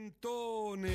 Mentone.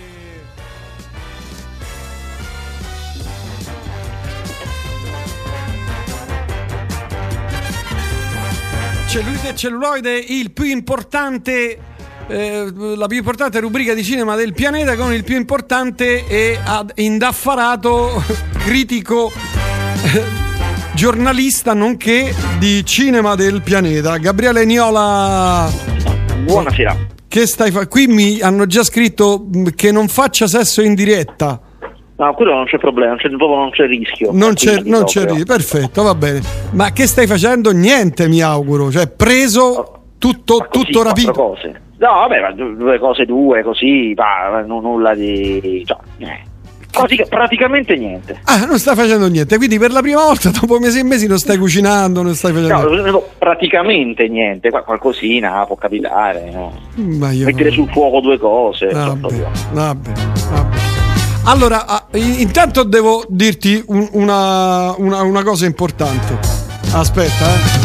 Cellulite e celluloide, il più importante, la più importante rubrica di cinema del pianeta, con il più importante e indaffarato critico giornalista nonché di cinema del pianeta, Gabriele Niola. Buonasera. Che stai qui mi hanno già scritto che non faccia sesso in diretta. No, quello non c'è problema, non c'è rischio. Non c'è rischio, perfetto, va bene. Ma che stai facendo? Niente, mi auguro. Cioè, preso tutto rapito. Cose. No, vabbè, due cose, così, nulla di... praticamente niente. Ah, non stai facendo niente, quindi per la prima volta dopo mesi e mesi non stai cucinando, non stai facendo no, praticamente niente, qualcosina può capitare, no? Mettere sul fuoco due cose. Vabbè. Allora, intanto devo dirti una cosa importante. Aspetta,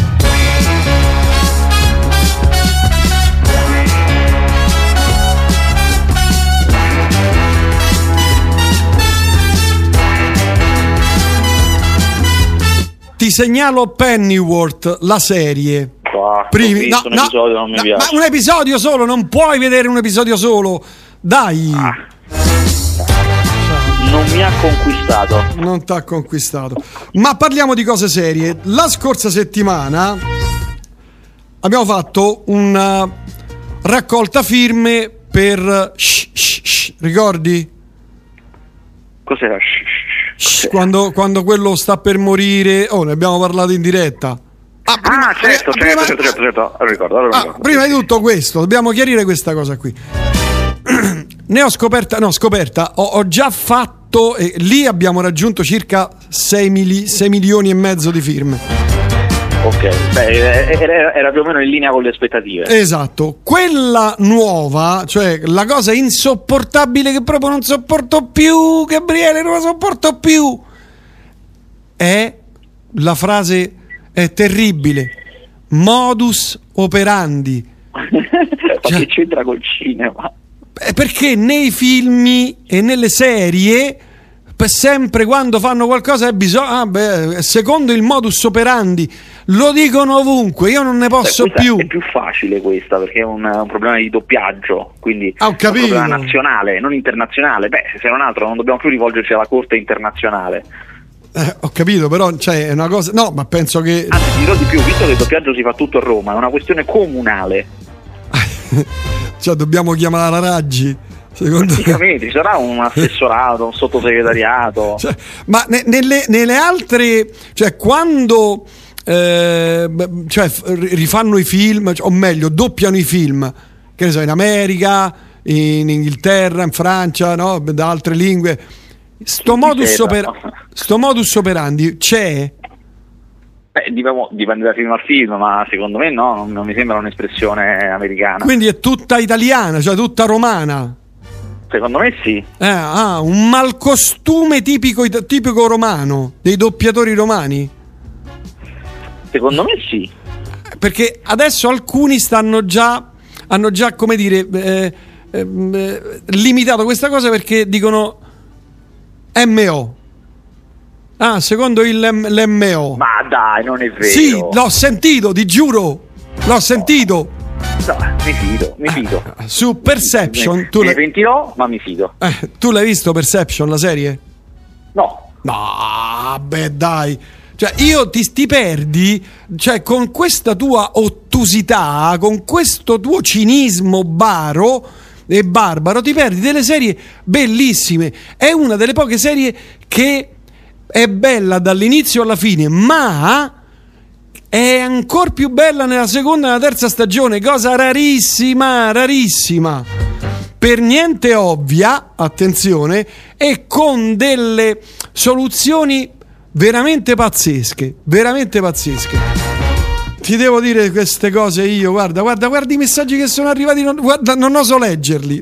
Ti segnalo Pennyworth, la serie. Un episodio non mi piace. Ma un episodio solo, non puoi vedere un episodio solo. Dai. Non mi ha conquistato. Non t'ha conquistato. Ma parliamo di cose serie. La scorsa settimana abbiamo fatto una raccolta firme per ricordi? Cos'era? Quando quello sta per morire. Ne abbiamo parlato in diretta. Certo, ricordo. Prima di tutto questo, dobbiamo chiarire questa cosa qui. Ne ho scoperta, ho già fatto, e lì abbiamo raggiunto circa 6 milioni e mezzo di firme. Ok, era più o meno in linea con le aspettative. Esatto, quella nuova, cioè la cosa insopportabile che proprio non sopporto più, Gabriele, non la sopporto più, è la frase, è terribile, modus operandi. Ma che c'entra col cinema? Perché nei film e nelle serie sempre quando fanno qualcosa secondo il modus operandi lo dicono ovunque, io non ne posso più. È più facile questa perché è un problema di doppiaggio, quindi è un problema nazionale, non internazionale. Se non altro non dobbiamo più rivolgerci alla corte internazionale. Ho capito, però è una cosa. No, ma penso che. Anzi, ti dirò di più, visto che il doppiaggio si fa tutto a Roma, è una questione comunale. Cioè dobbiamo chiamare la Raggi. Praticamente ci sarà un assessorato, un sottosegretariato. Ma nelle altre, cioè quando rifanno i film, o meglio, doppiano i film, che ne so, in America, in Inghilterra, in Francia, no? Da altre lingue. Sto modus operandi c'è? Dipende da film al film, ma secondo me no, non mi sembra un'espressione americana. Quindi è tutta italiana, cioè tutta romana. Secondo me sì. Un malcostume tipico romano, dei doppiatori romani? Secondo me sì. Perché adesso alcuni hanno già come dire limitato questa cosa perché dicono MO. Secondo l'MO. Ma dai, non è vero. Sì, l'ho sentito, ti giuro. L'ho sentito. No, mi fido. Su Perception mi pentirò, ma mi fido. Tu l'hai visto Perception, la serie? No. Dai. Cioè ti perdi, cioè con questa tua ottusità, con questo tuo cinismo baro e barbaro, ti perdi delle serie bellissime. È una delle poche serie che è bella dall'inizio alla fine, ma è ancora più bella nella seconda e nella terza stagione, cosa rarissima, per niente ovvia, attenzione, e con delle soluzioni veramente pazzesche. Ti devo dire queste cose io, guarda i messaggi che sono arrivati, non oso leggerli.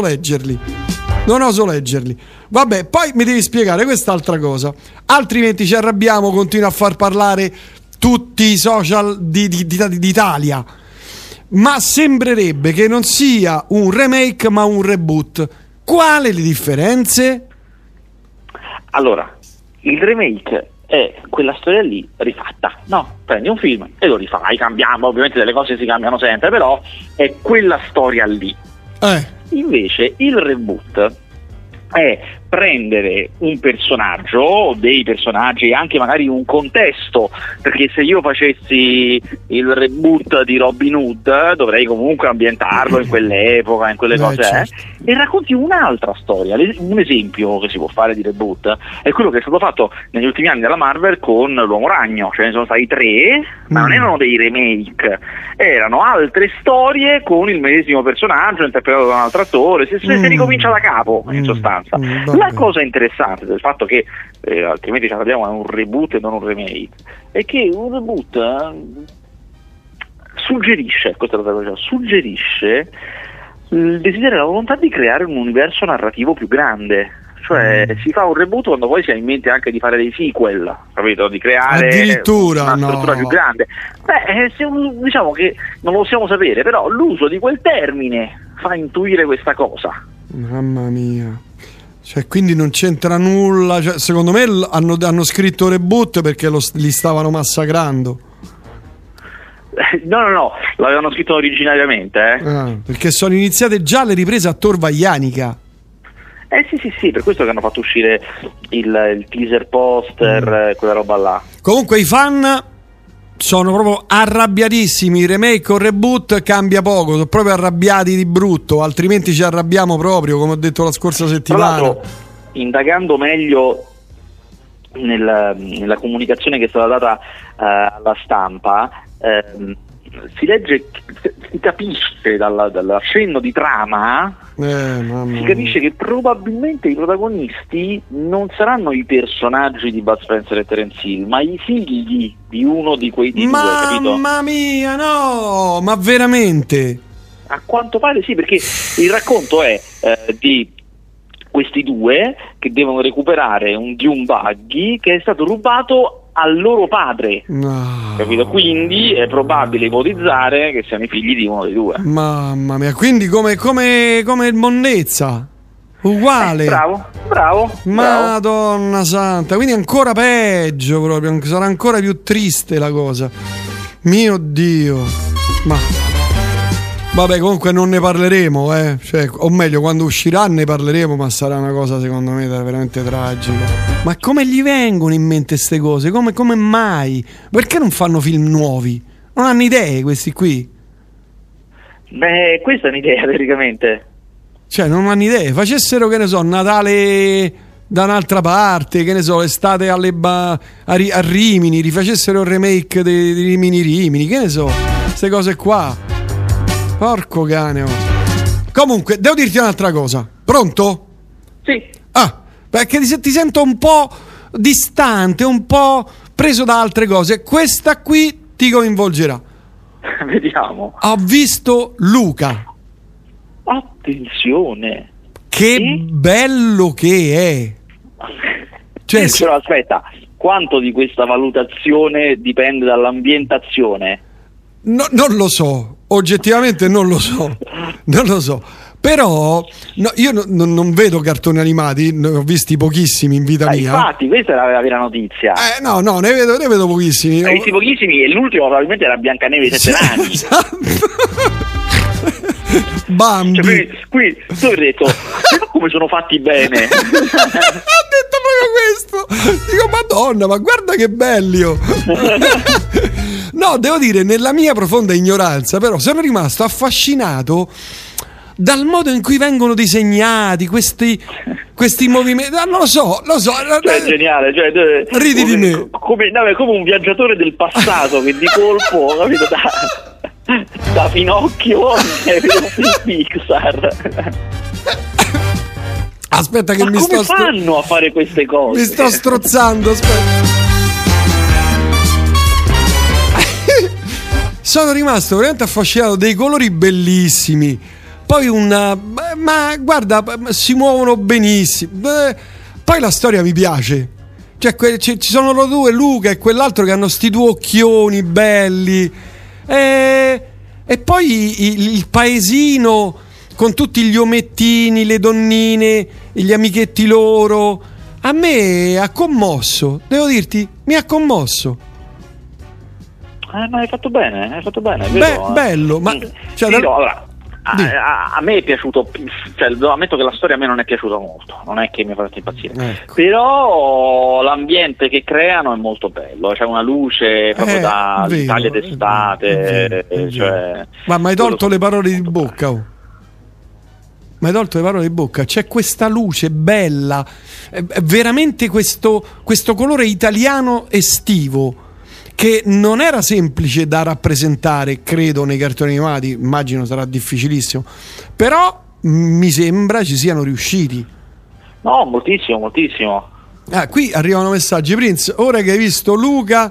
Vabbè, poi mi devi spiegare quest'altra cosa, altrimenti ci arrabbiamo, continua a far parlare tutti i social d'Italia. ma sembrerebbe che non sia un remake ma un reboot. Quali le differenze? Allora, il remake è quella storia lì rifatta, no? Prendi un film e lo rifai, cambiamo, ovviamente delle cose si cambiano sempre, però è quella storia lì. Invece il reboot è prendere un personaggio o dei personaggi, anche magari un contesto, perché se io facessi il reboot di Robin Hood dovrei comunque ambientarlo in quell'epoca, in quelle cose, certo. E racconti un'altra storia. Un esempio che si può fare di reboot è quello che è stato fatto negli ultimi anni dalla Marvel con l'Uomo Ragno, cioè ne sono stati 3, ma non erano dei remake, erano altre storie con il medesimo personaggio interpretato da un altro attore, si ricomincia da capo in sostanza. La cosa interessante del fatto che altrimenti ci abbiamo un reboot e non un remake è che un reboot suggerisce il desiderio e la volontà di creare un universo narrativo più grande, cioè si fa un reboot quando poi si ha in mente anche di fare dei sequel, capito? Di creare addirittura una struttura più grande. Diciamo che non lo possiamo sapere, però l'uso di quel termine fa intuire questa cosa. Mamma mia. Cioè, quindi non c'entra nulla, cioè, secondo me hanno scritto reboot perché li stavano massacrando. No, l'avevano scritto originariamente. Perché sono iniziate già le riprese a Tor Vaianica. Sì, per questo che hanno fatto uscire il teaser poster, quella roba là. Comunque i fan sono proprio arrabbiatissimi, il remake o reboot cambia poco, sono proprio arrabbiati di brutto, altrimenti ci arrabbiamo proprio, come ho detto la scorsa settimana. Tra l'altro, indagando meglio nella comunicazione che è stata data alla stampa, si legge, si capisce dall'accenno di trama, si capisce che probabilmente i protagonisti non saranno i personaggi di Bud Spencer e Terence Hill, ma i figli di uno di quei due, capito? Mamma mia, no, ma veramente? A quanto pare sì, perché il racconto è di questi due che devono recuperare un buggy che è stato rubato al loro padre, capito? Quindi è probabile ipotizzare che siano i figli di uno dei due. Mamma mia, quindi come il Monnezza, uguale. Bravo. Madonna santa, quindi ancora peggio proprio, sarà ancora più triste la cosa. Mio Dio. Ma vabbè, comunque non ne parleremo, cioè, o meglio, quando uscirà ne parleremo, ma sarà una cosa secondo me veramente tragica. Ma come gli vengono in mente queste cose? Come mai? Perché non fanno film nuovi? Non hanno idee questi qui? Beh, questa è un'idea teoricamente. Cioè, non hanno idee. Facessero, che ne so, Natale da un'altra parte, che ne so, l'estate a Rimini, rifacessero il remake di Rimini, che ne so, queste cose qua. Porco cane. Comunque, devo dirti un'altra cosa. Pronto? Sì. Perché ti sento un po' distante, un po' preso da altre cose. Questa qui ti coinvolgerà. Vediamo. Ho visto Luca. Attenzione. Che bello che è. Cioè, però aspetta, quanto di questa valutazione dipende dall'ambientazione? No, non lo so, oggettivamente non lo so. Però io non vedo cartoni animati, ne ho visti pochissimi in vita mia. Infatti, questa è la vera notizia. No, ne vedo pochissimi. Ne ho visti pochissimi e l'ultimo probabilmente era Biancaneve e 7 anni. Esatto. Bambi. Cioè, qui tu hai detto, però come sono fatti bene. Ho detto proprio questo. Dico, Madonna, ma guarda che belli. No, devo dire, nella mia profonda ignoranza, però sono rimasto affascinato dal modo in cui vengono disegnati questi movimenti. Non lo so. Cioè, è geniale, cioè, ridi di me. Come un viaggiatore del passato che di colpo, capito, da Pinocchio è Pixar. Aspetta che ma come fanno a fare queste cose? Mi sto strozzando, aspetta. Sono rimasto veramente affascinato, dei colori bellissimi. Poi ma guarda, si muovono benissimo. Poi la storia mi piace. Cioè, ci sono loro due, Luca e quell'altro, che hanno sti due occhioni belli. E poi il paesino con tutti gli omettini, le donnine, gli amichetti loro, a me ha commosso, devo dirti, mi ha commosso. Ma hai fatto bene, è vero. Bello, ma cioè, allora, a me è piaciuto, cioè, ammetto che la storia a me non è piaciuta molto, non è che mi ha fatto impazzire, ecco. Però l'ambiente che creano è molto bello, c'è una luce proprio d'Italia d'estate, cioè, ma hai tolto le parole di bocca, oh. Ma hai tolto le parole di bocca, c'è questa luce bella, è veramente questo colore italiano estivo che non era semplice da rappresentare, credo, nei cartoni animati, immagino sarà difficilissimo, però mi sembra ci siano riusciti. No, moltissimo. Qui arrivano messaggi. Prince, ora che hai visto Luca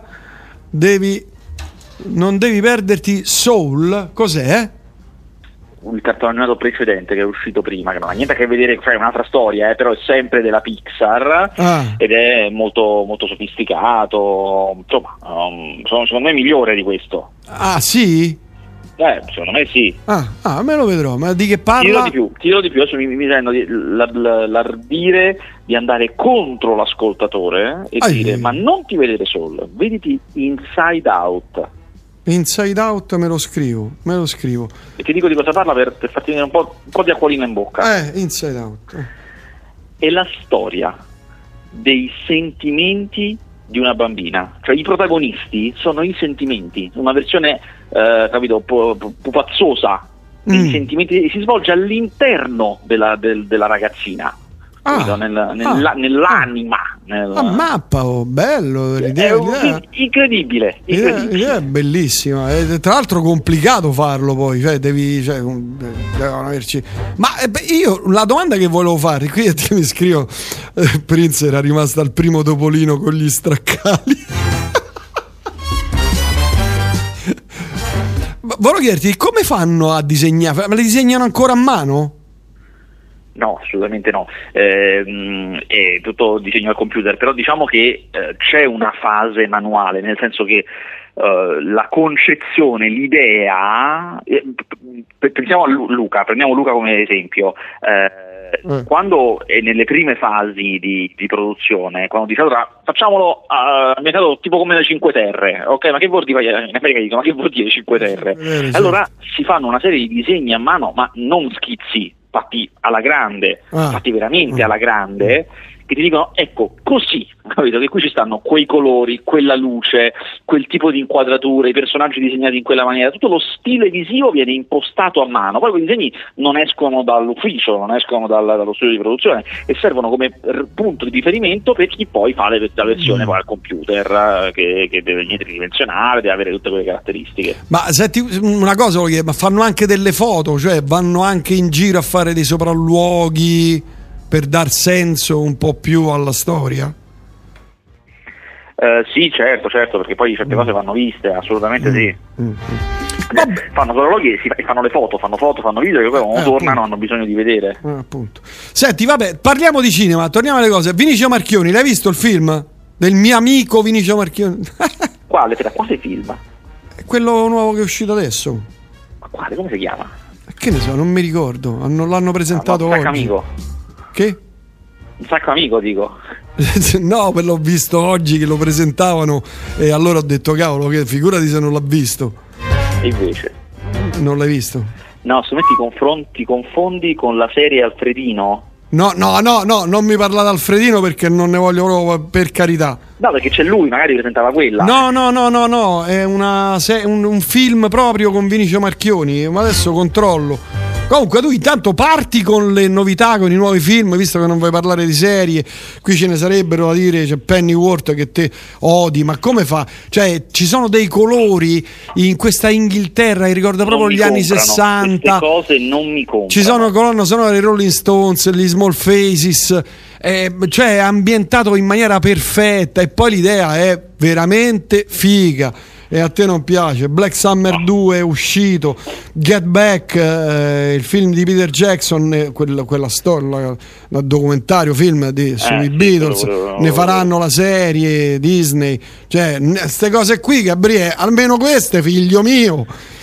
non devi perderti Soul. Cos'è? Il cartone animato precedente che è uscito prima, che non ha niente a che vedere, cioè è un'altra storia, però è sempre della Pixar ed è molto, molto sofisticato, insomma, secondo me migliore di questo. Ah, sì? Secondo me sì. Me lo vedrò, ma di che parla? Ti dirò di più, adesso mi sento l'ardire di andare contro l'ascoltatore e dire, ma non ti vedere Soul, vediti Inside Out. Inside Out me lo scrivo. E ti dico di cosa parla per farti venire un po' di acquolina in bocca. Inside Out. È la storia dei sentimenti di una bambina, cioè i protagonisti sono i sentimenti, una versione capito, pupazzosa dei sentimenti, si svolge all'interno della ragazzina. Nell'anima, mappa, bello, è incredibile. È bellissima, è tra l'altro complicato farlo, poi devono averci. Ma io la domanda che volevo fare qui mi scrivo, Prince era rimasta al primo topolino con gli straccali. Volevo chiederti come fanno a disegnare, ma le disegnano ancora a mano? No, assolutamente no, è tutto disegno al computer, però diciamo che c'è una fase manuale, nel senso che la concezione, l'idea, pensiamo a Luca, prendiamo Luca come esempio, quando è nelle prime fasi di produzione, quando dice allora facciamolo ambientato tipo come le 5 Terre, ok, ma che vuol dire, in America dicono ma che vuol dire 5 Terre? Allora si fanno una serie di disegni a mano, ma non schizzi, fatti alla grande, fatti veramente alla grande, che ti dicono ecco così, capito? Che qui ci stanno quei colori, quella luce, quel tipo di inquadrature, i personaggi disegnati in quella maniera, tutto lo stile visivo viene impostato a mano, poi quei disegni non escono dall'ufficio, non escono dallo studio di produzione e servono come punto di riferimento per chi poi fa la versione poi al computer, che deve niente tridimensionale, deve avere tutte quelle caratteristiche. Ma senti una cosa, ma fanno anche delle foto, cioè vanno anche in giro a fare dei sopralluoghi per dar senso un po' più alla storia? Sì, certo, perché poi certe cose vanno viste, assolutamente sì. Fanno sopralluoghi e fanno le foto, fanno video che poi quando tornano hanno bisogno di vedere. Appunto. Senti, vabbè, parliamo di cinema, torniamo alle cose. Vinicio Marchioni, l'hai visto il film? Del mio amico Vinicio Marchioni? Quale film? Quello nuovo che è uscito adesso. Ma quale? Come si chiama? Che ne so, non mi ricordo. L'hanno presentato oggi. Amico. Che? Un sacco amico, dico. No, l'ho visto oggi che lo presentavano e allora ho detto cavolo, che figurati se non l'ha visto. E invece? Non l'hai visto? No, se ti confondi con la serie Alfredino. No, non mi parla d'Alfredino perché non ne voglio proprio, per carità. No, perché c'è lui, magari presentava quella. No, è un film proprio con Vinicio Marchioni, ma adesso controllo. Comunque tu intanto parti con le novità, con i nuovi film, visto che non vuoi parlare di serie, qui ce ne sarebbero da dire, c'è Pennyworth che te odi, ma come fa? Cioè ci sono dei colori in questa Inghilterra che ricorda proprio gli anni 60. Queste cose non mi comprano. Ci sono colonne sonore dei Rolling Stones, gli Small Faces, cioè ambientato in maniera perfetta e poi l'idea è veramente figa. E a te non piace? Black Summer 2 è uscito, Get Back, il film di Peter Jackson, quella storia, il documentario film sui Beatles, ne faranno la serie Disney, cioè queste cose qui, Gabriele, almeno queste, figlio mio,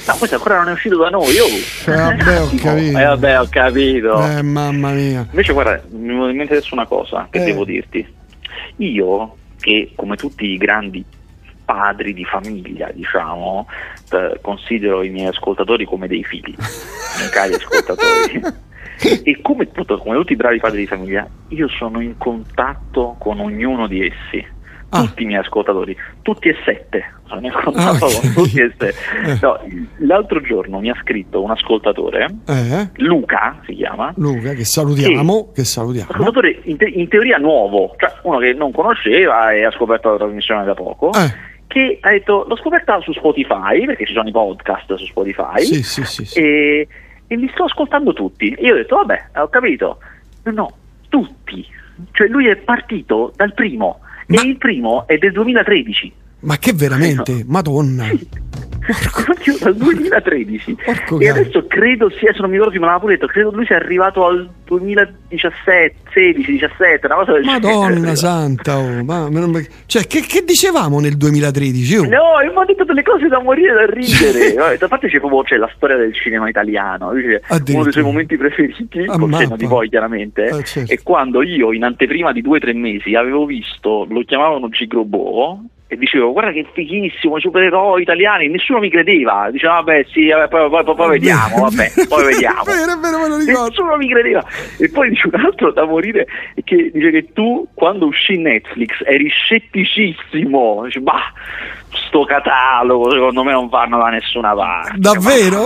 No, questo ancora non è uscito da noi. Vabbè, ho capito. Mamma mia. Invece guarda, mi viene in mente adesso una cosa che devo dirti. Io, che come tutti i grandi padri di famiglia, diciamo, considero i miei ascoltatori come dei figli, i miei cari ascoltatori. E come tutti i bravi padri di famiglia, io sono in contatto con ognuno di essi, tutti i miei ascoltatori, tutti e 7, sono in contatto con tutti e 7. No, l'altro giorno mi ha scritto un ascoltatore, Luca si chiama, Luca, che salutiamo. Ascoltatore in teoria nuovo, cioè uno che non conosceva e ha scoperto la trasmissione da poco. Che ha detto, l'ho scoperta su Spotify, perché ci sono i podcast su Spotify, sì. E li sto ascoltando tutti. E io ho detto, vabbè, ho capito. No, tutti. Cioè lui è partito dal primo, e il primo è del 2013. Ma che veramente? No. Madonna. Sì. Dal 2013. E adesso credo sia, se non mi ricordo, me l'aveva pure detto, credo lui sia arrivato al 2017, 16, 17, una cosa del Madonna genere. Santa, cioè che dicevamo nel 2013? No, io mi ho detto delle cose da morire, da ridere. A parte c'è la storia del cinema italiano, uno dei suoi momenti preferiti, col senno di poi chiaramente, certo. è quando io in anteprima di 2 o 3 mesi avevo visto, lo chiamavano Gigrobò, e dicevo, guarda che fighissimo, supereroi italiani, nessuno mi credeva, diceva vabbè sì, poi vediamo, poi vediamo. È vero, me lo ricordo. Nessuno mi credeva. E poi dice un altro da morire, che dice che tu quando uscì Netflix eri scetticissimo, dice, sto catalogo secondo me non vanno da nessuna parte. Davvero?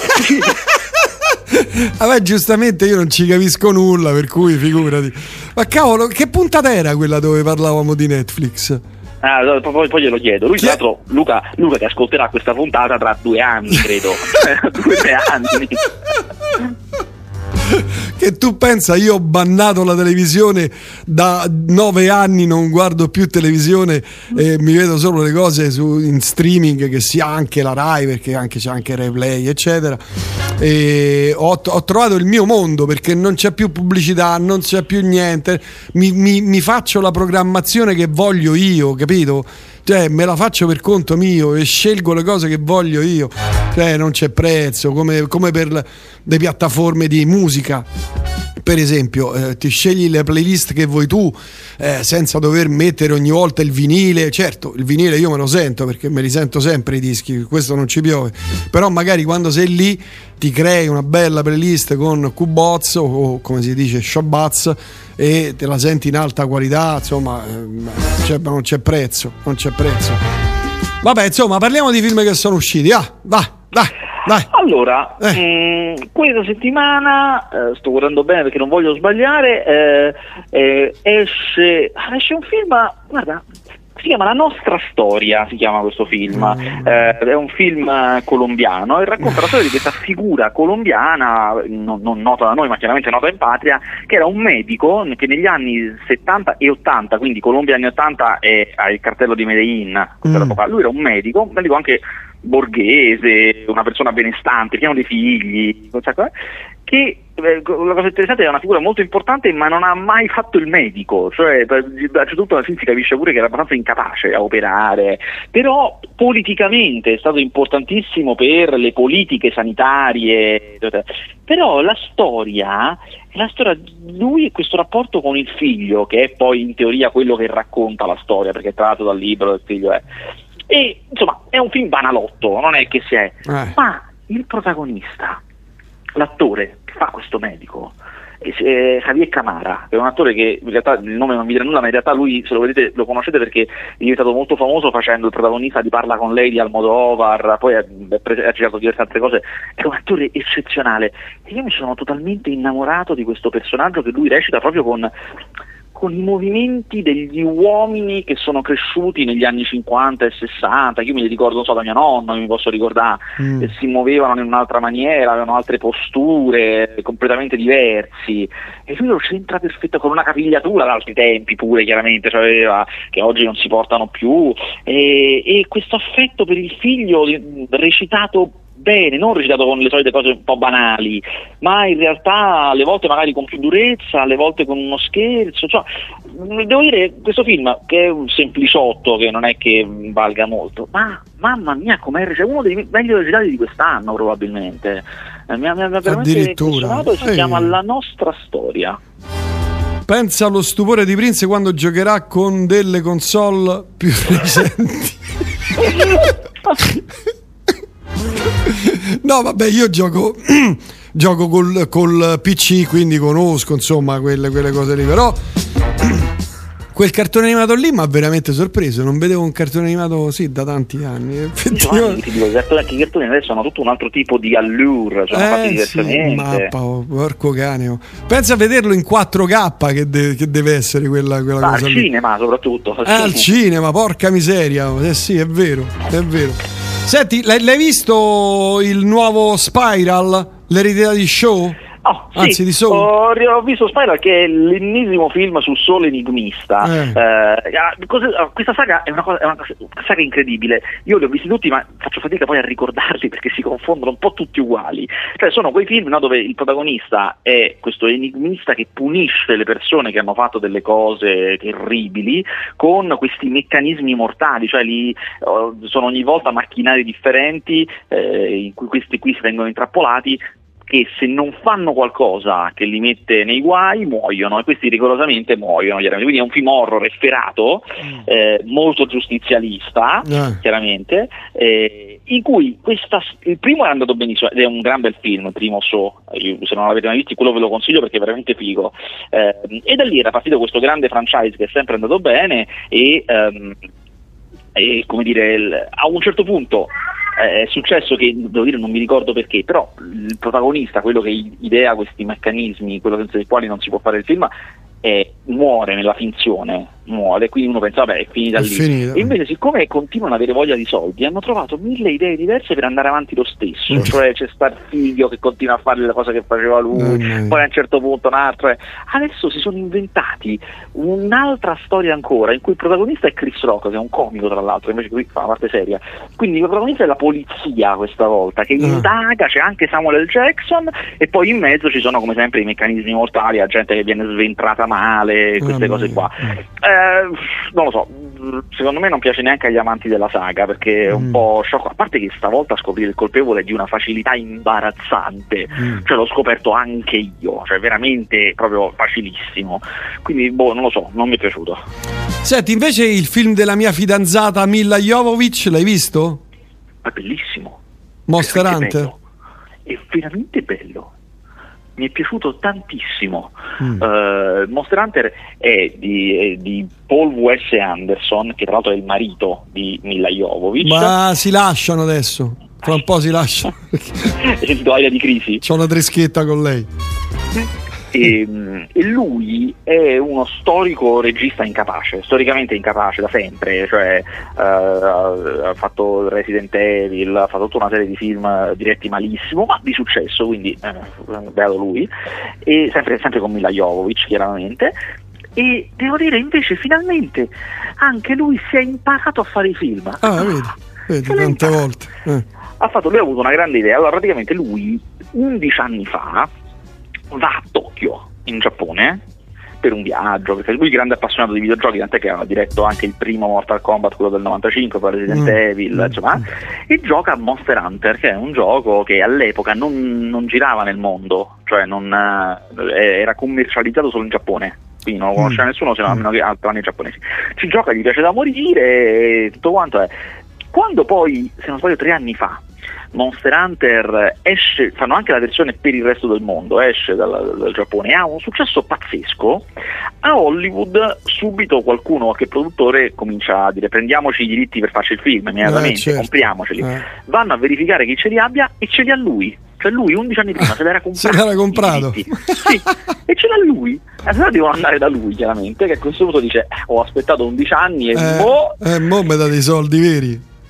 Vabbè, giustamente io non ci capisco nulla, per cui figurati. Ma cavolo, che puntata era quella dove parlavamo di Netflix? Poi glielo chiedo. Lui, tra l'altro, Luca che ascolterà questa puntata tra 2 anni, credo. 2-3 anni. Che tu pensa, io ho bannato la televisione da 9 anni, non guardo più televisione e mi vedo solo le cose in streaming, che sia anche la Rai, perché c'è anche Rai Play eccetera, e ho trovato il mio mondo, perché non c'è più pubblicità, non c'è più niente, mi faccio la programmazione che voglio io, capito? Cioè me la faccio per conto mio e scelgo le cose che voglio io, cioè non c'è prezzo, come per le piattaforme di musica, per esempio, ti scegli le playlist che vuoi tu, senza dover mettere ogni volta il vinile. Certo, il vinile io me lo sento, perché me li sento sempre i dischi, questo non ci piove, però magari quando sei lì ti crei una bella playlist con Q-Boz o come si dice Showboz, e te la senti in alta qualità, insomma, non c'è prezzo. Vabbè, insomma, parliamo di film che sono usciti. Dai. Allora, questa settimana, sto guardando bene perché non voglio sbagliare, esce un film, guarda, si chiama La nostra storia, si chiama questo film, è un film colombiano e racconta la storia di questa figura colombiana, non nota da noi ma chiaramente nota in patria, che era un medico che negli anni 70 e 80, quindi Colombia anni 80 è il cartello di Medellin, lui era un medico anche borghese, una persona benestante, pieno di figli, che la cosa interessante è una figura molto importante, ma non ha mai fatto il medico, cioè c'è tutta una si capisce pure che era abbastanza incapace a operare, però politicamente è stato importantissimo per le politiche sanitarie, però la storia di lui e questo rapporto con il figlio, che è poi in teoria quello che racconta la storia, perché è tratto dal libro del figlio, e insomma è un film banalotto, non è che si è, ma il protagonista, l'attore che fa questo medico, è Javier Camara, che è un attore che in realtà il nome non vi dirà nulla, ma in realtà lui, se lo vedete, lo conoscete perché è diventato molto famoso facendo il protagonista di Parla con lei di Almodovar, poi ha girato diverse altre cose, è un attore eccezionale e io mi sono totalmente innamorato di questo personaggio che lui recita proprio con i movimenti degli uomini che sono cresciuti negli anni 50 e 60, che io me li ricordo, non so, da mia nonna, mi posso ricordare, che si muovevano in un'altra maniera, avevano altre posture completamente diversi, e lui lo c'entra perfetto, con una capigliatura da altri tempi pure, chiaramente, cioè, che oggi non si portano più, e questo affetto per il figlio recitato bene, non recitato con le solite cose un po' banali, ma in realtà alle volte magari con più durezza, alle volte con uno scherzo, cioè, devo dire, questo film, che è un sempliciotto, che non è che valga molto, ma mamma mia com'è, cioè uno dei meglio recitati di quest'anno probabilmente, mi ha veramente impressionato, e si chiama La nostra storia. Pensa allo stupore di Prince quando giocherà con delle console più recenti. No, vabbè, io gioco col PC, quindi conosco, insomma, quelle cose lì, però quel cartone animato lì mi ha veramente sorpreso. Non vedevo un cartone animato da tanti anni. Effettivamente. Ti dico, i cartoni adesso hanno tutto un altro tipo di allure, sono fatti diversamente. Porco cane. Pensa a vederlo in 4K, che deve essere quella cosa. Al cinema, soprattutto. Al cinema, porca miseria. Sì, è vero. Senti, l'hai visto il nuovo Spiral, l'eredità di Shaw? Oh, sì. Anzi, di Saw. Ho visto Spiral, che è l'ennesimo film sul solo enigmista. Questa saga è una saga incredibile. Io li ho visti tutti, ma faccio fatica poi a ricordarli perché si confondono un po' tutti uguali. Cioè, sono quei film, no, dove il protagonista è questo enigmista che punisce le persone che hanno fatto delle cose terribili con questi meccanismi mortali, cioè sono ogni volta macchinari differenti in cui questi qui vengono intrappolati, che se non fanno qualcosa che li mette nei guai muoiono, e questi rigorosamente muoiono, chiaramente. Quindi è un film horror efferato, molto giustizialista, chiaramente, in cui il primo è andato benissimo, ed è un gran bel film, il primo Saw, se non l'avete mai visto quello ve lo consiglio perché è veramente figo, e da lì era partito questo grande franchise che è sempre andato bene, e come dire, a un certo punto è successo che, devo dire, non mi ricordo perché, però il protagonista, quello che idea questi meccanismi, quello senza i quali non si può fare il film, muore nella finzione, quindi uno pensa vabbè, è finita lì. E invece, siccome continuano ad avere voglia di soldi, hanno trovato 1000 idee diverse per andare avanti lo stesso. Cioè c'è star figlio che continua a fare la cosa che faceva lui, poi a un certo punto un altro. Adesso si sono inventati un'altra storia ancora, in cui il protagonista è Chris Rock, che è un comico tra l'altro, invece qui fa la parte seria. Quindi il protagonista è la polizia questa volta, che indaga, c'è anche Samuel L. Jackson, e poi in mezzo ci sono come sempre i meccanismi mortali, la gente che viene sventrata male, queste cose qua. Non lo so, secondo me non piace neanche agli amanti della saga, perché è un po' sciocco, a parte che stavolta scoprire il colpevole è di una facilità imbarazzante, cioè l'ho scoperto anche io, cioè veramente proprio facilissimo, quindi non lo so, non mi è piaciuto. Senti, invece il film della mia fidanzata Milla Jovovich, l'hai visto? È bellissimo, Monster Hunter, è veramente bello. Mi è piaciuto tantissimo. Monster Hunter è di Paul W.S. Anderson, che tra l'altro è il marito di Milla Jovovich. Ma si lasciano adesso, fra un po' si lasciano. Hai sentito aria di crisi? C'ho una treschetta con lei. E lui è uno storico regista incapace, storicamente incapace da sempre, cioè ha fatto Resident Evil, ha fatto tutta una serie di film diretti malissimo, ma di successo, quindi beato lui, e sempre con Milla Jovovich chiaramente. E devo dire invece finalmente anche lui si è imparato a fare i film. Vedi tante volte. Lui ha avuto una grande idea. Allora praticamente lui 11 anni fa va a Tokyo, in Giappone, per un viaggio, perché lui è grande appassionato di videogiochi, tant'è che aveva diretto anche il primo Mortal Kombat, quello del 95, poi Resident Evil, insomma, e gioca a Monster Hunter, che è un gioco che all'epoca non girava nel mondo, cioè era commercializzato solo in Giappone, quindi non lo conosceva nessuno, se no almeno che altri giapponesi. Ci gioca, gli piace da morire, tutto quanto. Quando poi, se non sbaglio 3 anni fa, Monster Hunter esce, fanno anche la versione per il resto del mondo, esce dal Giappone, ha un successo pazzesco. A Hollywood subito qualche produttore comincia a dire prendiamoci i diritti per farci il film immediatamente, compriamoceli. Vanno a verificare chi ce li abbia e ce li ha lui. Cioè lui 11 anni prima se l'era comprato. Sì, e ce l'ha lui. Allora devono andare da lui, chiaramente, che a questo punto dice ho aspettato 11 anni e mo mi date i soldi veri.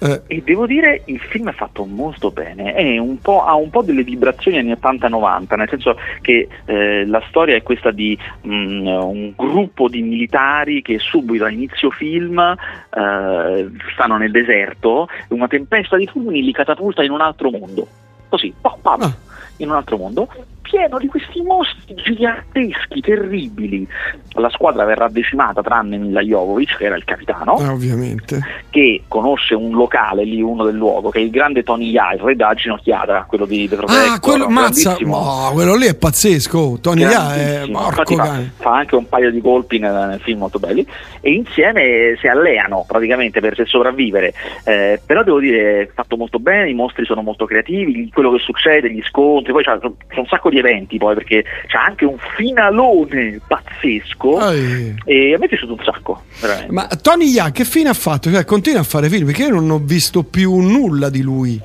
E devo dire, il film è fatto molto bene, ha un po' delle vibrazioni anni 80-90, nel senso che la storia è questa di un gruppo di militari che subito a inizio film stanno nel deserto, una tempesta di fulmini li catapulta in un altro mondo, così, in un altro mondo, pieno di questi mostri giganteschi, terribili. La squadra verrà decimata tranne Mila Jovovich, che era il capitano, ovviamente, che conosce un locale lì, uno del luogo, che è il grande Tony Jaa, il re da ginocchiata, quello di The Protector. Quello mazza, quello lì è pazzesco. Tony Jaa è fa anche un paio di colpi nel film molto belli, e insieme si alleano praticamente per sopravvivere. Però devo dire, è fatto molto bene, i mostri sono molto creativi, quello che succede, gli scontri, poi c'è un sacco di eventi, poi, perché c'è anche un finalone pazzesco, e a me è piaciuto un sacco, veramente. Ma Tony Jaa che fine ha fatto? Cioè, continua a fare film, perché io non ho visto più nulla di lui.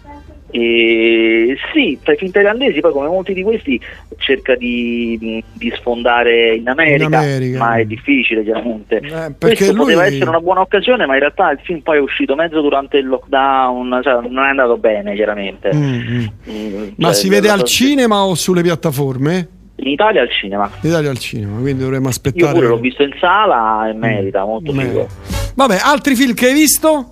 Sì, tra i film thailandesi, poi come molti di questi cerca di sfondare in America, ma è difficile, chiaramente. Perché questo poteva essere una buona occasione, ma in realtà il film poi è uscito mezzo durante il lockdown, cioè non è andato bene, chiaramente. Ma si vede al cinema o sulle piattaforme? In Italia al cinema. In Italia al cinema, quindi dovremmo aspettare. Io pure l'ho visto in sala e merita, molto figo. Vabbè, altri film che hai visto?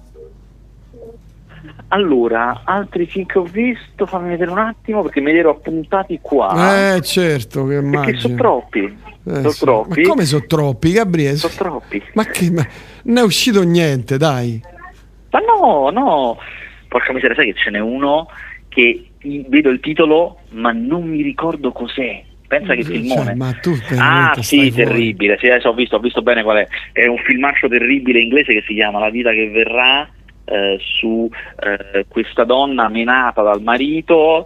Allora, altri film che ho visto, fammi vedere un attimo, perché me li ero appuntati qua. Certo, che immagino. Perché sono troppi. Sono troppi. Ma come sono troppi, Gabriele? Sono troppi. Ma non è uscito niente, dai. Ma no. Porca miseria, sai che ce n'è uno che vedo il titolo, ma non mi ricordo cos'è. Pensa che filmone. Ma tu sì, terribile. Sì, adesso ho visto bene qual è. È un filmaccio terribile inglese che si chiama La vita che verrà. Su questa donna menata dal marito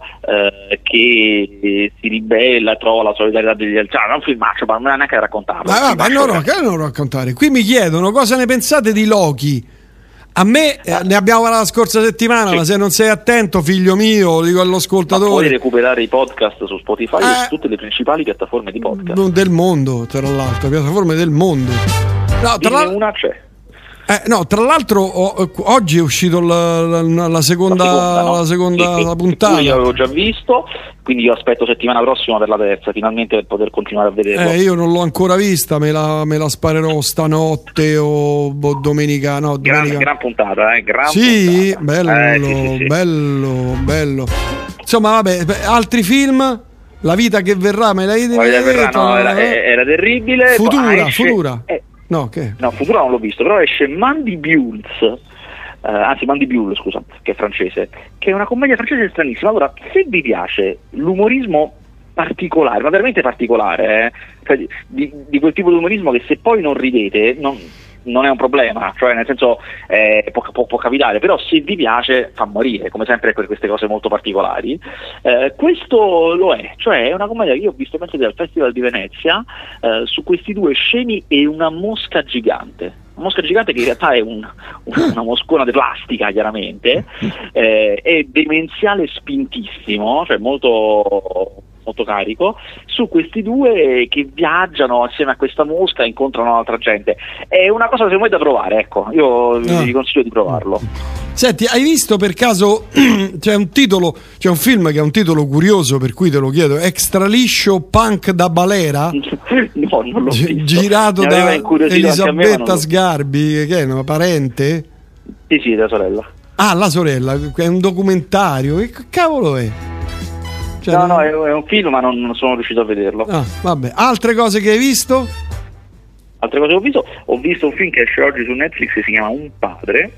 che si ribella, trova la solidarietà degli altri. È un filmaccio, ma non è neanche a raccontarlo. Che non raccontare? Qui mi chiedono cosa ne pensate di Loki. A me ne abbiamo parlato la scorsa settimana, ma se non sei attento, figlio mio, lo dico all'ascoltatore. Puoi recuperare i podcast su Spotify e su tutte le principali piattaforme di podcast del mondo, tra l'altro, piattaforme del mondo. Una c'è. Tra l'altro oggi è uscito la seconda puntata. Io l'avevo già visto, quindi io aspetto settimana prossima per la terza, finalmente, per poter continuare a vederlo. Io non l'ho ancora vista, me la sparerò stanotte o domenica. No, domenica. Gran puntata, gran sì, puntata. Bello. Insomma, vabbè, altri film? La vita che verrà, me l'hai detto? La vita che verrà, no, era terribile. Futura. No, Futura non l'ho visto, però esce Mandibules, Mandibule, scusa, che è francese, che è una commedia francese stranissima. Allora, se vi piace l'umorismo particolare, ma veramente particolare, cioè di quel tipo di umorismo che se poi non ridete non è un problema, cioè nel senso può capitare, però se vi piace fa morire, come sempre per queste cose molto particolari. Questo lo è, cioè è una commedia che io ho visto, penso, al Festival di Venezia, su questi due scemi e una mosca gigante. Una mosca gigante che in realtà è una moscona di plastica, chiaramente, è demenziale spintissimo, cioè molto carico, su questi due che viaggiano assieme a questa mosca e incontrano altra gente. È una cosa secondo me da provare, ecco, io vi consiglio di provarlo. Senti, hai visto per caso c'è un film che ha un titolo curioso, per cui te lo chiedo, Extra liscio punk da balera? No, non l'ho visto. Girato da Elisabetta Sgarbi, che è una parente? Sì, la sorella. La sorella, è un documentario, che cavolo è? No, è un film, ma non sono riuscito a vederlo. Vabbè. Altre cose che hai visto? Altre cose che ho visto un film che esce oggi su Netflix che si chiama Un padre,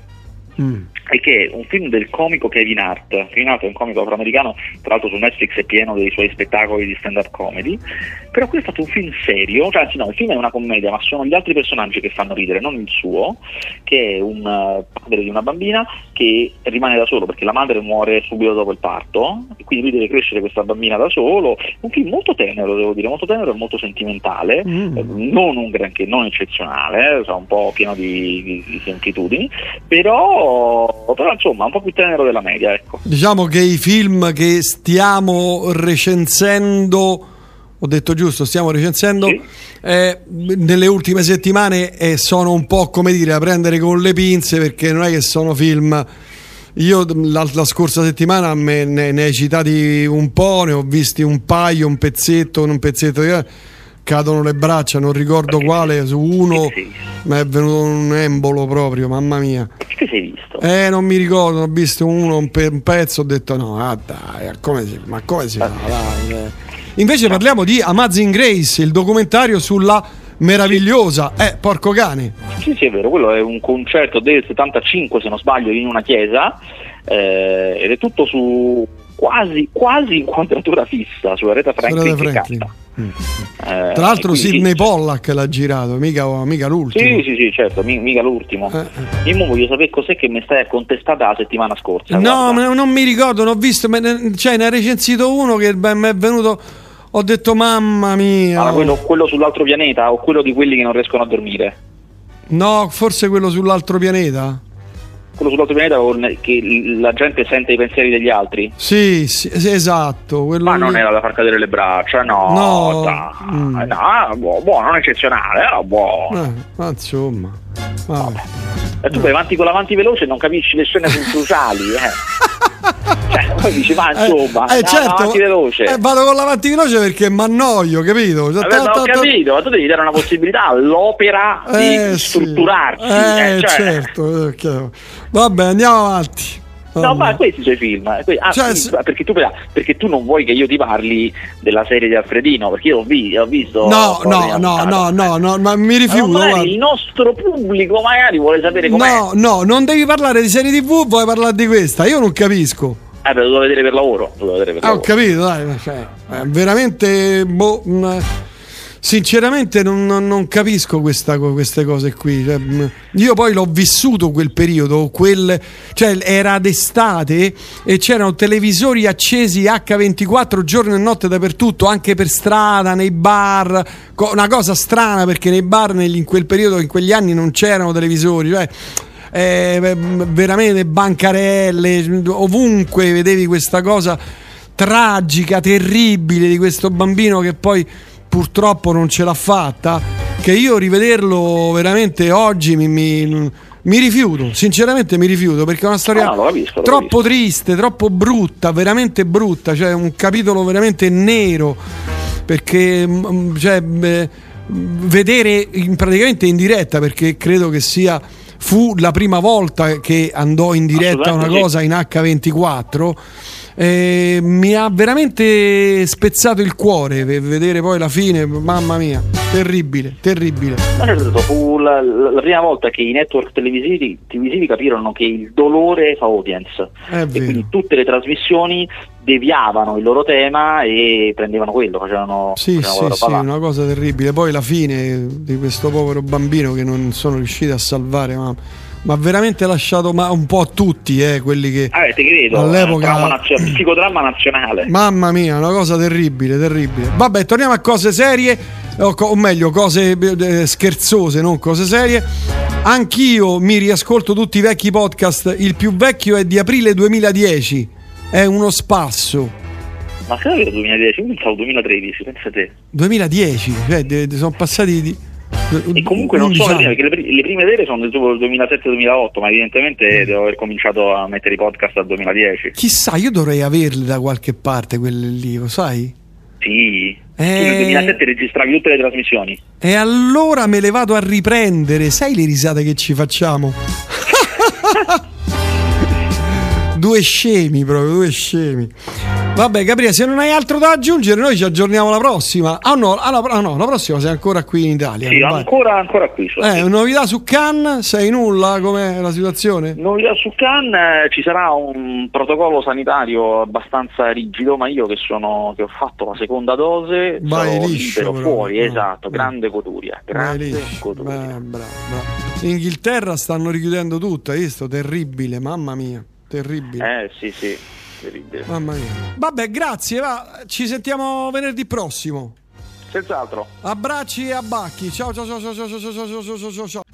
e che è un film del comico Kevin Hart. Kevin Hart è un comico afroamericano, tra l'altro su Netflix è pieno dei suoi spettacoli di stand-up comedy, però qui è stato un film serio, cioè il film è una commedia, ma sono gli altri personaggi che fanno ridere, non il suo, che è un padre di una bambina che rimane da solo perché la madre muore subito dopo il parto, e quindi lui deve crescere questa bambina da solo. Un film molto tenero, devo dire, molto tenero e molto sentimentale, non un granché, non eccezionale, un po' pieno di semplitudini, però insomma un po' più tenero della media, ecco. Diciamo che i film che stiamo recensendo Ho detto giusto, stiamo recensendo. Sì. Nelle ultime settimane sono un po', come dire, a prendere con le pinze, perché non è che sono film. Io la scorsa settimana ne hai citati un po', ne ho visti un paio, un pezzetto di... Cadono le braccia, non ricordo Perché quale, su uno mi è venuto un embolo proprio, mamma mia. Che sei visto? Non mi ricordo, ho visto un pezzo, ho detto no, dai, come si fa? Dai. Invece parliamo di Amazing Grace, il documentario sulla meravigliosa, porco cane. Sì, è vero, quello è un concerto del 75, se non sbaglio, in una chiesa, ed è tutto su quasi inquadratura fissa, sulla Aretha Franklin che canta. Tra l'altro Sidney Pollack l'ha girato, mica l'ultimo. Sì, certo, mica l'ultimo. Io voglio sapere cos'è che mi stai a contestare la settimana scorsa. No, non mi ricordo, non ho visto, ne ha recensito uno che mi è venuto, ho detto mamma mia. Allora, quello sull'altro pianeta o quello di quelli che non riescono a dormire? No, forse quello sull'altro pianeta. Quello sull'altro pianeta che la gente sente i pensieri degli altri? Sì, esatto. Ma non era da far cadere le braccia, no. Buono, non eccezionale, buono. Ma insomma. Vabbè. E tu vai avanti con l'avanti veloce e non capisci le scene cruciali, Cioè, poi dici, ma insomma, certo, avanti veloce. Vado con l'avanti veloce perché m'annoio, capito? Ho capito, ma tu devi dare una possibilità all'opera di strutturarsi. Certo. Vabbè, andiamo avanti. No, ma questi sono i film. Perché tu non vuoi che io ti parli della serie di Alfredino, perché io ho visto. No, ma mi rifiuto. Magari il nostro pubblico magari vuole sapere com'è. No, non devi parlare di serie TV, vuoi parlare di questa. Io non capisco. Lo devo vedere per lavoro. Ho capito, dai. Veramente. Sinceramente non capisco queste cose qui. Io poi l'ho vissuto quel periodo, era d'estate e c'erano televisori accesi H24 giorno e notte dappertutto, anche per strada, nei bar. Una cosa strana, perché nei bar in quel periodo, in quegli anni, non c'erano televisori, veramente bancarelle, ovunque vedevi questa cosa tragica, terribile, di questo bambino che poi purtroppo non ce l'ha fatta, che io rivederlo veramente oggi mi rifiuto, sinceramente mi rifiuto, perché è una storia troppo triste, troppo brutta, veramente brutta, cioè un capitolo veramente nero, perché vedere praticamente in diretta, perché credo che fu la prima volta che andò in diretta una cosa in H24. Mi ha veramente spezzato il cuore vedere poi la fine, mamma mia, terribile. Fu la prima volta che i network televisivi capirono che il dolore fa audience, e quindi tutte le trasmissioni deviavano il loro tema e prendevano quello, facevano una cosa terribile. Poi la fine di questo povero bambino che non sono riusciti a salvare, ma veramente lasciato un po' a tutti, quelli che te credo, all'epoca psicodramma nazionale. Mamma mia, una cosa terribile. Vabbè, torniamo a cose serie, o meglio cose scherzose, non cose serie. Anch'io mi riascolto tutti i vecchi podcast. Il più vecchio è di aprile 2010, è uno spasso. Ma credo che era 2010, io pensavo 2013, pensa te. 2010, sono passati e comunque non so, perché le prime vere sono del 2007-2008, ma evidentemente devo aver cominciato a mettere i podcast dal 2010. Chissà, io dovrei averle da qualche parte quelle lì, lo sai? Sì, tu nel 2007 registravi tutte le trasmissioni. E allora me le vado a riprendere, sai le risate che ci facciamo? Due scemi. Vabbè, Gabriele, se non hai altro da aggiungere, noi ci aggiorniamo la prossima. La prossima sei ancora qui in Italia. Sì, ancora qui. Novità su Cannes, sai nulla? Com'è la situazione? Novità su Cannes, ci sarà un protocollo sanitario abbastanza rigido, ma io che ho fatto la seconda dose sarò libero fuori, esatto, grande goduria. Bravo. In Inghilterra stanno richiudendo tutto, hai visto? Terribile, mamma mia, terribile. Sì. Terribile. Mamma mia. Vabbè, grazie, ci sentiamo venerdì prossimo. Senz'altro. Abbracci e abbacchi. Ciao.